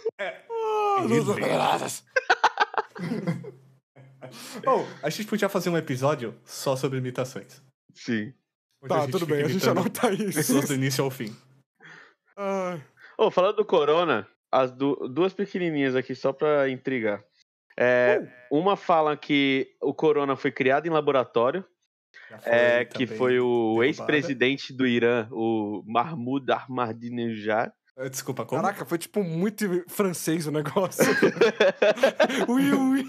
Oh, a gente podia fazer um episódio só sobre imitações. Sim. Onde Tá, gente tudo fica bem, a gente imitando anota isso. pessoas do início ao fim. Ai. Ô, falando do corona, as du- duas pequenininhas aqui só pra intrigar. É, uma fala que o corona foi criado em laboratório, Já foi é, que também foi o derrubada. ex-presidente do Irã, o Mahmoud Ahmadinejad. Eh, Desculpa, como? Caraca, foi tipo muito francês o negócio. Ui, ui.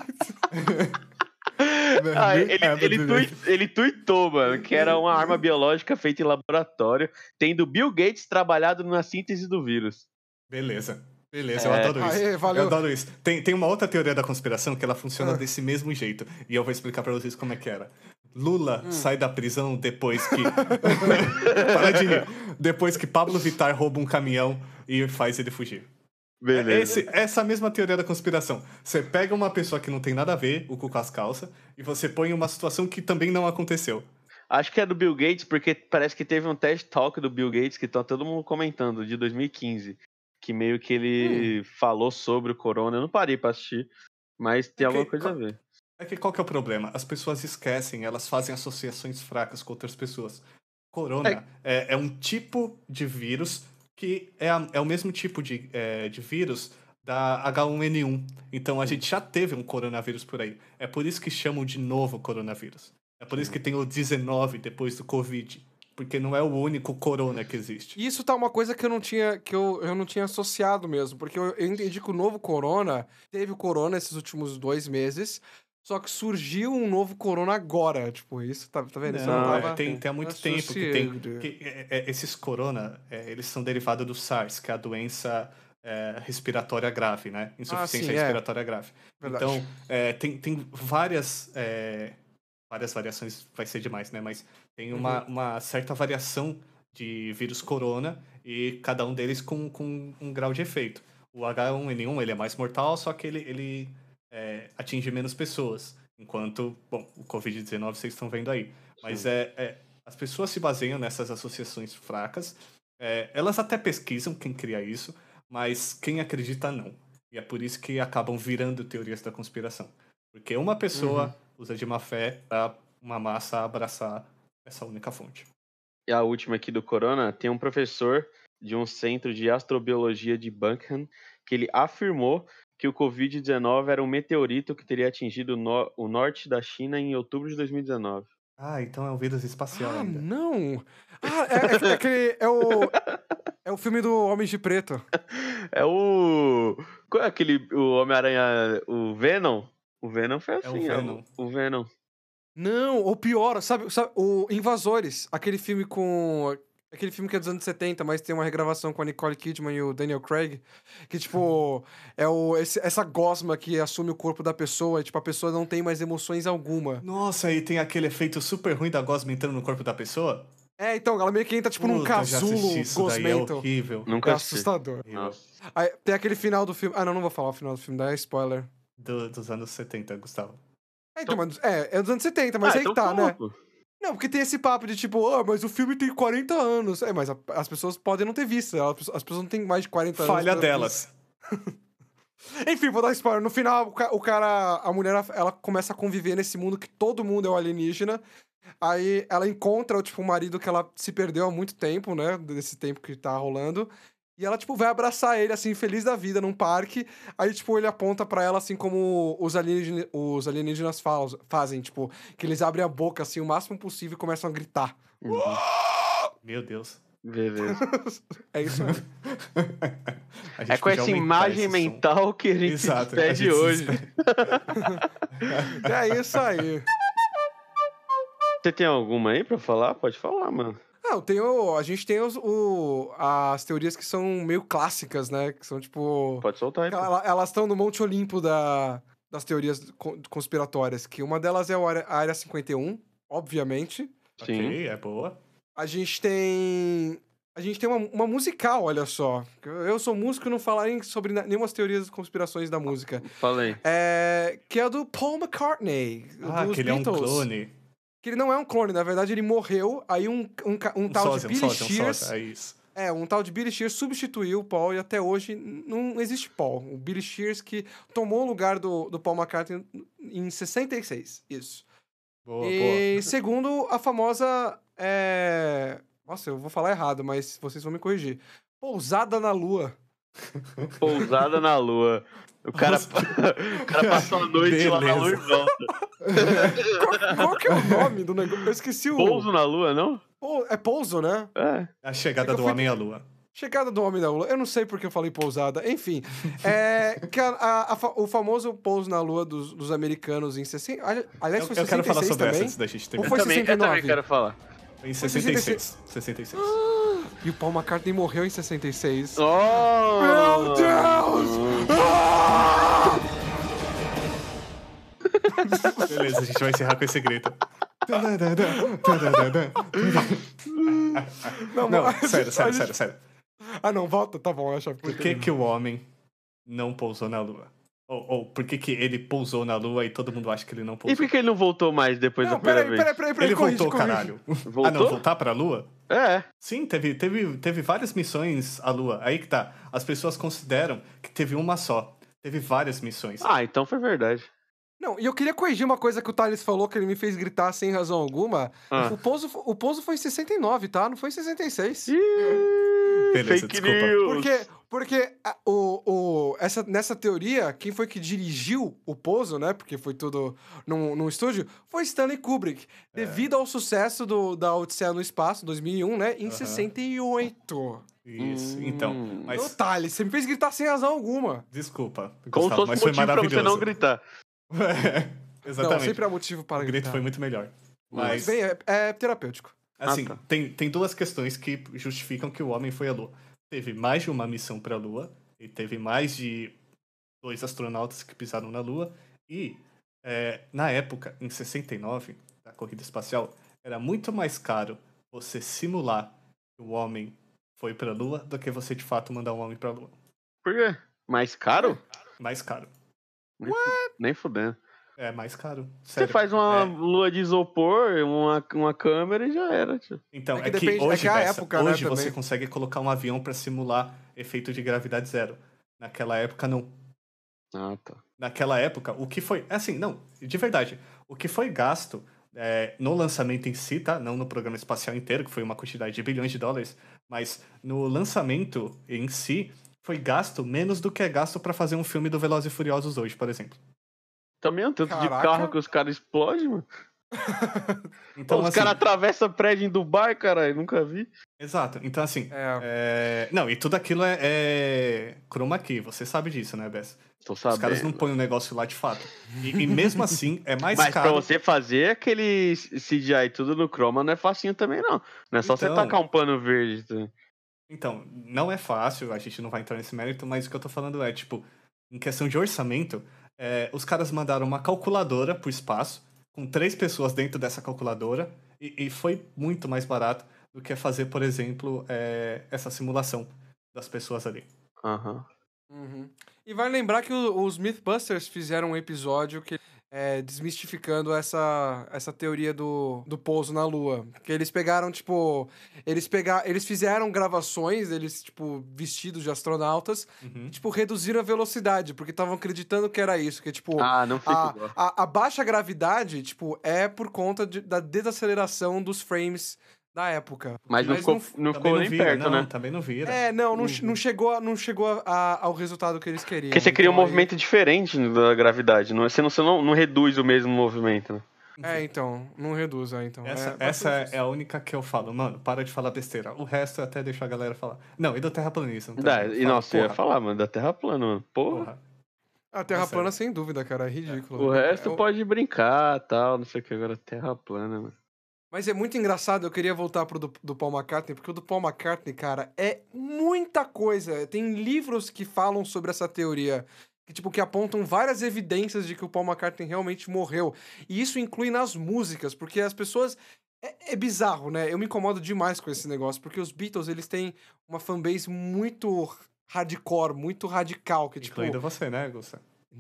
Ah, ele, É, ele, mas- tui- ele tuitou, mano, que era uma arma biológica feita em laboratório, tendo Bill Gates trabalhado na síntese do vírus. Beleza, Beleza, eu É. adoro isso. Aê, valeu. Eu adoro isso. Tem, tem uma outra teoria da conspiração que ela funciona Ah. desse mesmo jeito. E eu vou explicar pra vocês como é que era. Lula Hum. sai da prisão depois que... Para de rir. Depois que Pablo Vittar rouba um caminhão e faz ele fugir. Beleza. Esse, essa mesma teoria da conspiração. Você pega uma pessoa que não tem nada a ver, o cu com as calças, e você põe em uma situação que também não aconteceu. Acho que é do Bill Gates, porque parece que teve um TED Talk do Bill Gates que tá todo mundo comentando, de dois mil e quinze. Que meio que ele Hum. falou sobre o corona. Eu não parei pra assistir, mas tem É alguma que- coisa a ver. É que qual que é o problema? As pessoas esquecem, elas fazem associações fracas com outras pessoas. Corona é, é um tipo de vírus que é, a- é o mesmo tipo de, é, de vírus da H um N um. Então a gente já teve um coronavírus por aí. É por isso que chamam de novo coronavírus. É por isso que tem o dezenove depois do Covid. Porque não é o único corona que existe. E isso tá uma coisa que eu não tinha, que eu, eu não tinha associado mesmo, porque eu, eu entendi que o novo corona, teve o corona esses últimos dois meses, só que surgiu um novo corona agora, tipo, isso, tá, tá vendo? Isso eu Não, não é, tava tem, tem há muito tempo que tem. associando. que, é, é, esses corona, é, eles são derivados do SARS, que é a doença é, respiratória grave, né? Insuficiência sim, é. respiratória grave. Verdade. Então, é, tem, tem várias. é, várias variações, vai ser demais, né? Mas tem uma, Uhum. uma certa variação de vírus corona e cada um deles com, com um grau de efeito. O H um N um ele é mais mortal, só que ele, ele é, atinge menos pessoas. Enquanto, bom, o covid dezenove vocês estão vendo aí. Mas é, é, as pessoas se baseiam nessas associações fracas. É, elas até pesquisam quem cria isso, mas quem acredita não. E é por isso que acabam virando teorias da conspiração. Porque uma pessoa Uhum. usa de má fé pra uma massa abraçar essa única fonte. E a última aqui do corona, tem um professor de um centro de astrobiologia de Buchan que ele afirmou que o covid dezenove era um meteorito que teria atingido no- o norte da China em outubro de dois mil e dezenove. Ah, então é um vírus espacial Ah, ainda. não! Ah, é, é, é, aquele- é o, é o filme do Homem de Preto. É o... Qual é aquele... O Homem-Aranha... O Venom? O Venom foi o assim, Venom. o, o Venom. Não, ou pior, sabe, sabe, o Invasores, aquele filme com... Aquele filme que é dos anos setenta, mas tem uma regravação com a Nicole Kidman e o Daniel Craig, que, tipo, é o, esse- essa gosma que assume o corpo da pessoa, e, tipo, a pessoa não tem mais emoções alguma. Nossa, e tem aquele efeito super ruim da gosma entrando no corpo da pessoa? É, então, ela meio que entra, tipo, num Puta, já casulo assisti isso daí, é gosmento. horrível. É Nunca assisti. assustador. Horrível. Nossa. Aí, tem aquele final do filme... Ah, não, não vou falar o final do filme, daí é spoiler. Do- dos anos setenta, Gustavo. É, então, mas, é, é dos anos setenta, mas Ah, aí que então tá, fala, né? pô. Não, porque tem esse papo de tipo, ah, mas o filme tem quarenta anos. É, mas a- as pessoas podem não ter visto. elas- As pessoas não têm mais de quarenta anos. Falha pra- delas. Enfim, vou dar spoiler. No final, o ca- o cara, a mulher, ela começa a conviver nesse mundo que todo mundo é um alienígena. Aí ela encontra, tipo, o marido que ela se perdeu há muito tempo, né? Desse tempo que tá rolando. E ela, tipo, vai abraçar ele, assim, feliz da vida, num parque. Aí, tipo, ele aponta pra ela, assim, como os alienígenas, os alienígenas faz- fazem, tipo, que eles abrem a boca, assim, o máximo possível e começam a gritar. Uhum. Meu Deus. Beleza. É isso aí. A gente É com podia essa aumentar imagem esse som. mental que a gente Exato, se despede a gente se hoje. É isso aí. Você tem alguma aí pra falar? Pode falar, mano. Não, tem o, a gente tem os, o, as teorias que são meio clássicas, né? Que são, tipo... Pode soltar aí. pô. Ela- Elas estão no Monte Olimpo da, das teorias con- conspiratórias, que uma delas é o área- a Área cinquenta e um, obviamente. Sim. Ok, é boa. A gente tem... A gente tem uma, uma musical, olha só. Eu sou músico e não falarei sobre na- nenhuma teorias de conspirações da música. Falei. É, que é a do Paul McCartney, Ah, dos que ele é um Beatles. clone. Que ele não é um clone, na verdade ele morreu, aí um, um, ca- um Um tal sósia, de um Billy sósia, um Shears... sósia, é isso. É, um tal de Billy Shears substituiu o Paul e até hoje não existe Paul. O Billy Shears que tomou o lugar do, do Paul McCartney em sessenta e seis, isso. Boa, e segundo a famosa... é, Nossa, eu vou falar errado, mas vocês vão me corrigir. Pousada na Lua. Pousada na lua. O cara, o cara passou a noite lá na lua e Beleza. volta. Qual, qual que é o nome do negócio? Eu esqueci o... Pouso na lua, não? Pou- É pouso, né? É. boa. A chegada É que eu do fui- homem à lua. Chegada do Homem da Lua. Eu não sei porque eu falei pousada. Enfim, é, que a- a- a fa- o famoso pouso na Lua dos, dos americanos em sessenta... Aliás, Eu, foi eu quero falar sessenta e seis sobre essa também. antes da gente Ou terminar. foi eu, também, eu também sessenta e nove? quero falar. Em sessenta e seis. sessenta e seis. E o Paul McCartney morreu em sessenta e seis. Oh! Meu Beleza, a gente vai encerrar com esse grito. Não, Não, mas- sério, a sério, gente- sério, sério. Ah, não, volta, tá bom, eu achava que Por que que o homem não pousou na lua? Ou, ou por que que ele pousou na lua e todo mundo acha que ele não E pousou? por que ele não voltou mais depois Não, da primeira peraí, vez? peraí, peraí, peraí, Ele corrige, voltou, corrige. caralho. Voltou? Ah, não, voltar pra lua? É. Sim, teve, teve, teve várias missões à lua. Aí que tá. As pessoas consideram que teve uma só. Teve várias missões. Ah, então foi verdade. Não, e eu queria corrigir uma coisa que o Thales falou, que ele me fez gritar sem razão alguma. Ah. O, pouso, o pouso foi em sessenta e nove, tá? Não foi em sessenta e seis. Ih, Beleza, fake desculpa. news. Porque, porque a- o, o, essa, nessa teoria, quem foi que dirigiu o pouso, né? Porque foi tudo num, num estúdio, foi Stanley Kubrick. Devido ao sucesso do, da Odisseia no Espaço, dois mil e um, né? Em Aham. sessenta e oito. Isso, Hum. então. Ô, Mas, Thales, você me fez gritar sem razão alguma. desculpa, Como se Gustavo, fosse mas foi motivo pra você maravilhoso. não gritar. Exatamente. Não, sempre há motivo para O grito gritar. foi muito melhor. Mas, Mas, bem, é, é terapêutico. assim, Ah, tá. tem, tem duas questões que justificam que o homem foi à Lua. Teve mais de uma missão para a Lua, e teve mais de dois astronautas que pisaram na Lua, e é, na época, em sessenta e nove, da corrida espacial, era muito mais caro você simular que o homem foi para a Lua do que você de fato mandar um homem para a Lua. Por quê? Mais caro? Mais caro. Nem, fu- nem fudendo. É mais caro. Você Sério. faz uma É, lua de isopor, uma, uma câmera e já era, tio. Então, É é que que, depende- é hoje, que a Bessa, época, né, hoje você também. consegue colocar um avião para simular efeito de gravidade zero. Naquela época, não. Ah, tá. Naquela época, o que foi... Assim, não, de verdade. O que foi gasto é, no lançamento em si, tá? Não no programa espacial inteiro, que foi uma quantidade de bilhões de dólares, mas no lançamento em si, foi gasto menos do que é gasto para fazer um filme do Velozes e Furiosos hoje, por exemplo. Também é um tanto de Caraca. carro que os caras explodem, mano. Então, os assim, caras atravessam prédio em Dubai, caralho, nunca vi. exato. Então, assim, É. é, não, e tudo aquilo é, é chroma key, você sabe disso, né, Bess? Tô Os sabendo. caras não põem o negócio lá de fato. E, e mesmo assim, é mais Mas caro. pra você fazer aquele C G I tudo no chroma não é facinho também, não. Não é só você Então- tacar um pano verde. tá? Então, não é fácil, a gente não vai entrar nesse mérito, mas o que eu tô falando é, tipo, em questão de orçamento, é, os caras mandaram uma calculadora pro espaço, com três pessoas dentro dessa calculadora, e, e foi muito mais barato do que fazer, por exemplo, é, essa simulação das pessoas ali. Aham. Uhum. E vai lembrar que o- os Mythbusters fizeram um episódio que é, desmistificando essa, essa teoria do, do pouso na Lua. Que eles pegaram, tipo. Eles pegaram. Eles fizeram gravações, eles, tipo, vestidos de astronautas, Uhum. e, tipo, reduziram a velocidade, porque estavam acreditando que era isso. Que, tipo, Ah, não fica a, igual. a, a baixa gravidade, tipo, é por conta de- da desaceleração dos frames da época. Mas não Mas ficou, não- não Também ficou não nem vira, perto, não, né? também não vira. É, não, não, Uhum. não chegou, não chegou a- ao resultado que eles queriam. Porque você cria um Então, aí- movimento diferente da gravidade. Não, você não, você não, não reduz o mesmo movimento, né? É, então, não reduz, é, então. Essa, é, essa bastante é a única que eu falo, mano, para de falar besteira. O resto eu até deixo a galera falar. Não, e do terraplanismo? Dá, também. e Fala, nossa, eu ia porra, falar, mano, da Terra plana, mano. Porra. porra. A Terra Nossa, plana, é. sem dúvida, cara, é ridículo. O resto É, o- pode brincar tal, não sei o que. Agora, Terra plana, mano. Mas é muito engraçado, eu queria voltar pro do, do Paul McCartney, porque o do Paul McCartney, cara, é muita coisa. Tem livros que falam sobre essa teoria, que, tipo, que apontam várias evidências de que o Paul McCartney realmente morreu. E isso inclui nas músicas, porque as pessoas... É, é bizarro, né? Eu me incomodo demais com esse negócio, porque os Beatles, eles têm uma fanbase muito hardcore, muito radical, que, tipo... Incluindo você, né, Gusta?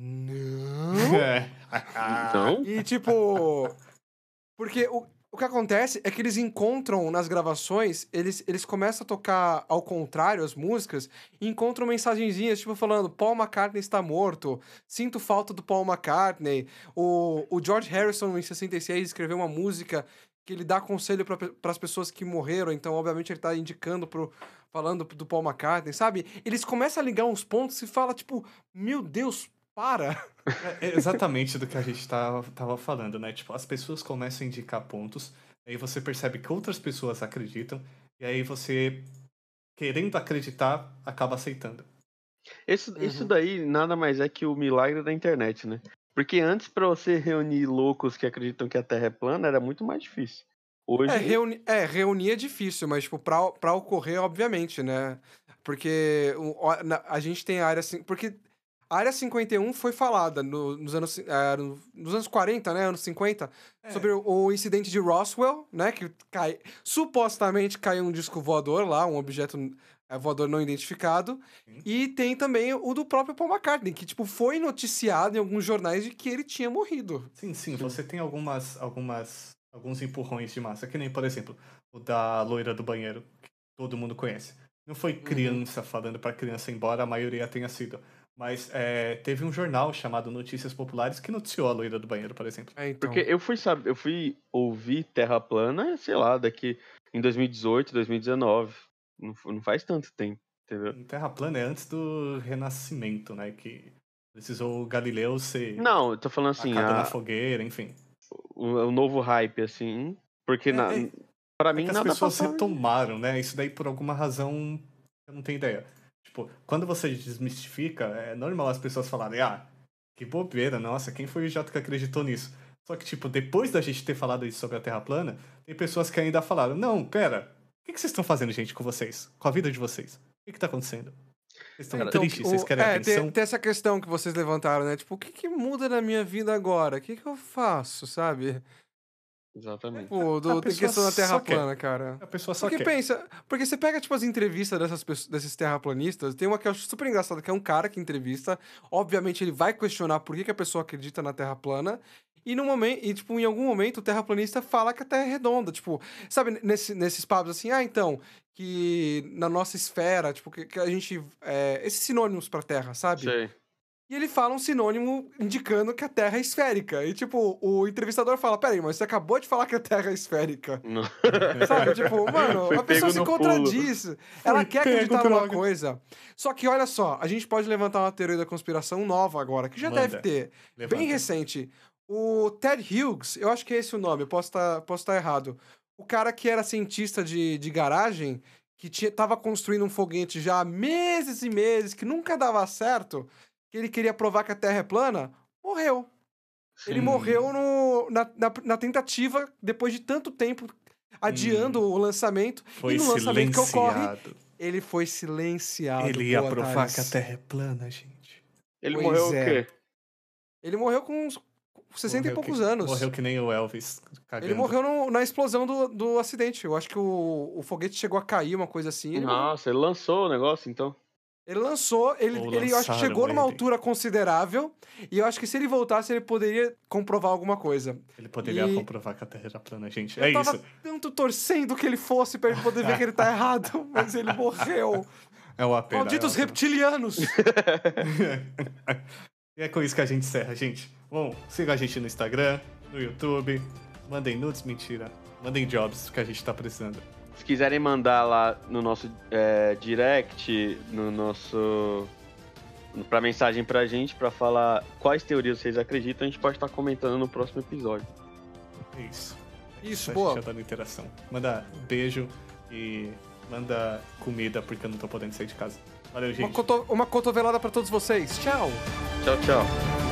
Não... É. Então, E, tipo... Porque o, o que acontece é que eles encontram nas gravações, eles, eles começam a tocar ao contrário as músicas e encontram mensagenzinhas, tipo, falando Paul McCartney está morto, sinto falta do Paul McCartney. O, o George Harrison, em sessenta e seis, escreveu uma música que ele dá conselho para as pessoas que morreram, então, obviamente, ele tá indicando pro... falando do Paul McCartney, sabe? Eles começam a ligar uns pontos e fala, tipo, meu Deus, para! É exatamente do que a gente tava, tava falando, né? Tipo, as pessoas começam a indicar pontos, aí você percebe que outras pessoas acreditam, e aí você, querendo acreditar, acaba aceitando. isso, Uhum. isso daí nada mais é que o milagre da internet, né? Porque antes, pra você reunir loucos que acreditam que a Terra é plana, era muito mais difícil. Hoje, É, reuni é, reunir é difícil, mas, tipo, pra, pra ocorrer, obviamente, né? Porque o- o- na- a gente tem área assim. Porque A Área cinquenta e um foi falada no, nos, anos, é, nos anos quarenta, né? Anos cinquenta, é. sobre o, o incidente de Roswell, né? Que cai, supostamente caiu um disco voador lá, um objeto é, voador não identificado. Sim. E tem também o do próprio Paul McCartney, que, tipo, foi noticiado em alguns jornais de que ele tinha morrido. Sim, sim. Você tem algumas, algumas, alguns empurrões de massa, que nem, por exemplo, o da loira do banheiro, que todo mundo conhece. Não foi criança uhum. falando pra criança, embora a maioria tenha sido. Mas é, teve um jornal chamado Notícias Populares que noticiou a loira do banheiro, por exemplo. É, então. Porque eu fui, sabe, eu fui ouvir Terra Plana, sei lá, daqui em dois mil e dezoito, dois mil e dezenove. Não, não faz tanto tempo, entendeu? Terra Plana é antes do Renascimento, né? Que precisou o Galileu ser... Não, eu tô falando assim... A... A... na fogueira, enfim. O, o novo hype, assim... Porque, é, na, é, pra é mim, que nada as pessoas passava... retomaram, né? Isso daí, por alguma razão, eu não tenho ideia. Tipo, quando você desmistifica, é normal as pessoas falarem, ah, que bobeira, nossa, quem foi o idiota que acreditou nisso? Só que, tipo, depois da gente ter falado isso sobre a Terra plana, tem pessoas que ainda falaram, não, pera, o que, que vocês estão fazendo, gente, com vocês? Com a vida de vocês? O que, que tá acontecendo? Vocês estão então, tristes? Vocês querem é, atenção? Tem, tem essa questão que vocês levantaram, né? Tipo, o que, que muda na minha vida agora? O que, que eu faço, sabe? Exatamente. Pô, do, tem questão da Terra plana, cara. A pessoa só porque quer. pensa, porque você pega, tipo, as entrevistas dessas pessoas, desses terraplanistas, tem uma que eu acho super engraçada, que é um cara que entrevista, obviamente ele vai questionar por que, que a pessoa acredita na Terra plana, e no momento, e, tipo, em algum momento o terraplanista fala que a Terra é redonda, tipo, sabe, nesse, nesses papos assim, ah, então, que na nossa esfera, tipo, que, que a gente, é, esses sinônimos pra Terra, sabe? Sei. E ele fala um sinônimo indicando que a Terra é esférica. E, tipo, o entrevistador fala, peraí, mas você acabou de falar que a Terra é esférica. Não. Sabe? Tipo, mano, Foi a pessoa se contradiz. Pulo. Ela Foi quer acreditar numa droga. coisa. Só que, olha só, a gente pode levantar uma teoria da conspiração nova agora, que já Manda. deve ter. Levanta. Bem recente. O Ted Hughes, eu acho que é esse o nome, eu posso estar posso tá errado. O cara que era cientista de, de garagem, que tinha, tava construindo um foguete já há meses e meses, que nunca dava certo... que ele queria provar que a Terra é plana, morreu. Sim. Ele morreu no, na, na, na tentativa, depois de tanto tempo, adiando hum. o lançamento. Foi e no lançamento que ocorre, silenciado. ele foi silenciado. Ele ia boa, provar Thales. que a Terra é plana, gente. Ele Pois morreu é. o quê? Ele morreu com uns sessenta Morreu e poucos que, anos. Morreu que nem o Elvis. Cagando. Ele morreu no, na explosão do, do acidente. Eu acho que o, o foguete chegou a cair, uma coisa assim. Ele Nossa, ele lançou o negócio, então. Ele lançou, ele, ele eu acho que chegou numa ele. altura considerável, e eu acho que se ele voltasse, ele poderia comprovar alguma coisa. Ele poderia e... comprovar que a Terra era plana, gente. Eu é tava isso. tanto torcendo que ele fosse pra ele poder ver que ele tá errado, mas ele morreu. É uma pena. Malditos é uma reptilianos! E é com isso que a gente encerra, gente. Bom, siga a gente no Instagram, no YouTube. Mandem nudes, mentira. Mandem jobs, que a gente tá precisando. Se quiserem mandar lá no nosso é, direct, no nosso... pra mensagem pra gente, pra falar quais teorias vocês acreditam, a gente pode estar comentando no próximo episódio. Isso. Isso, a boa. gente já tá na interação. Manda beijo e manda comida, porque eu não tô podendo sair de casa. Valeu, gente. Uma, coto- uma cotovelada pra todos vocês. Tchau! Tchau, tchau.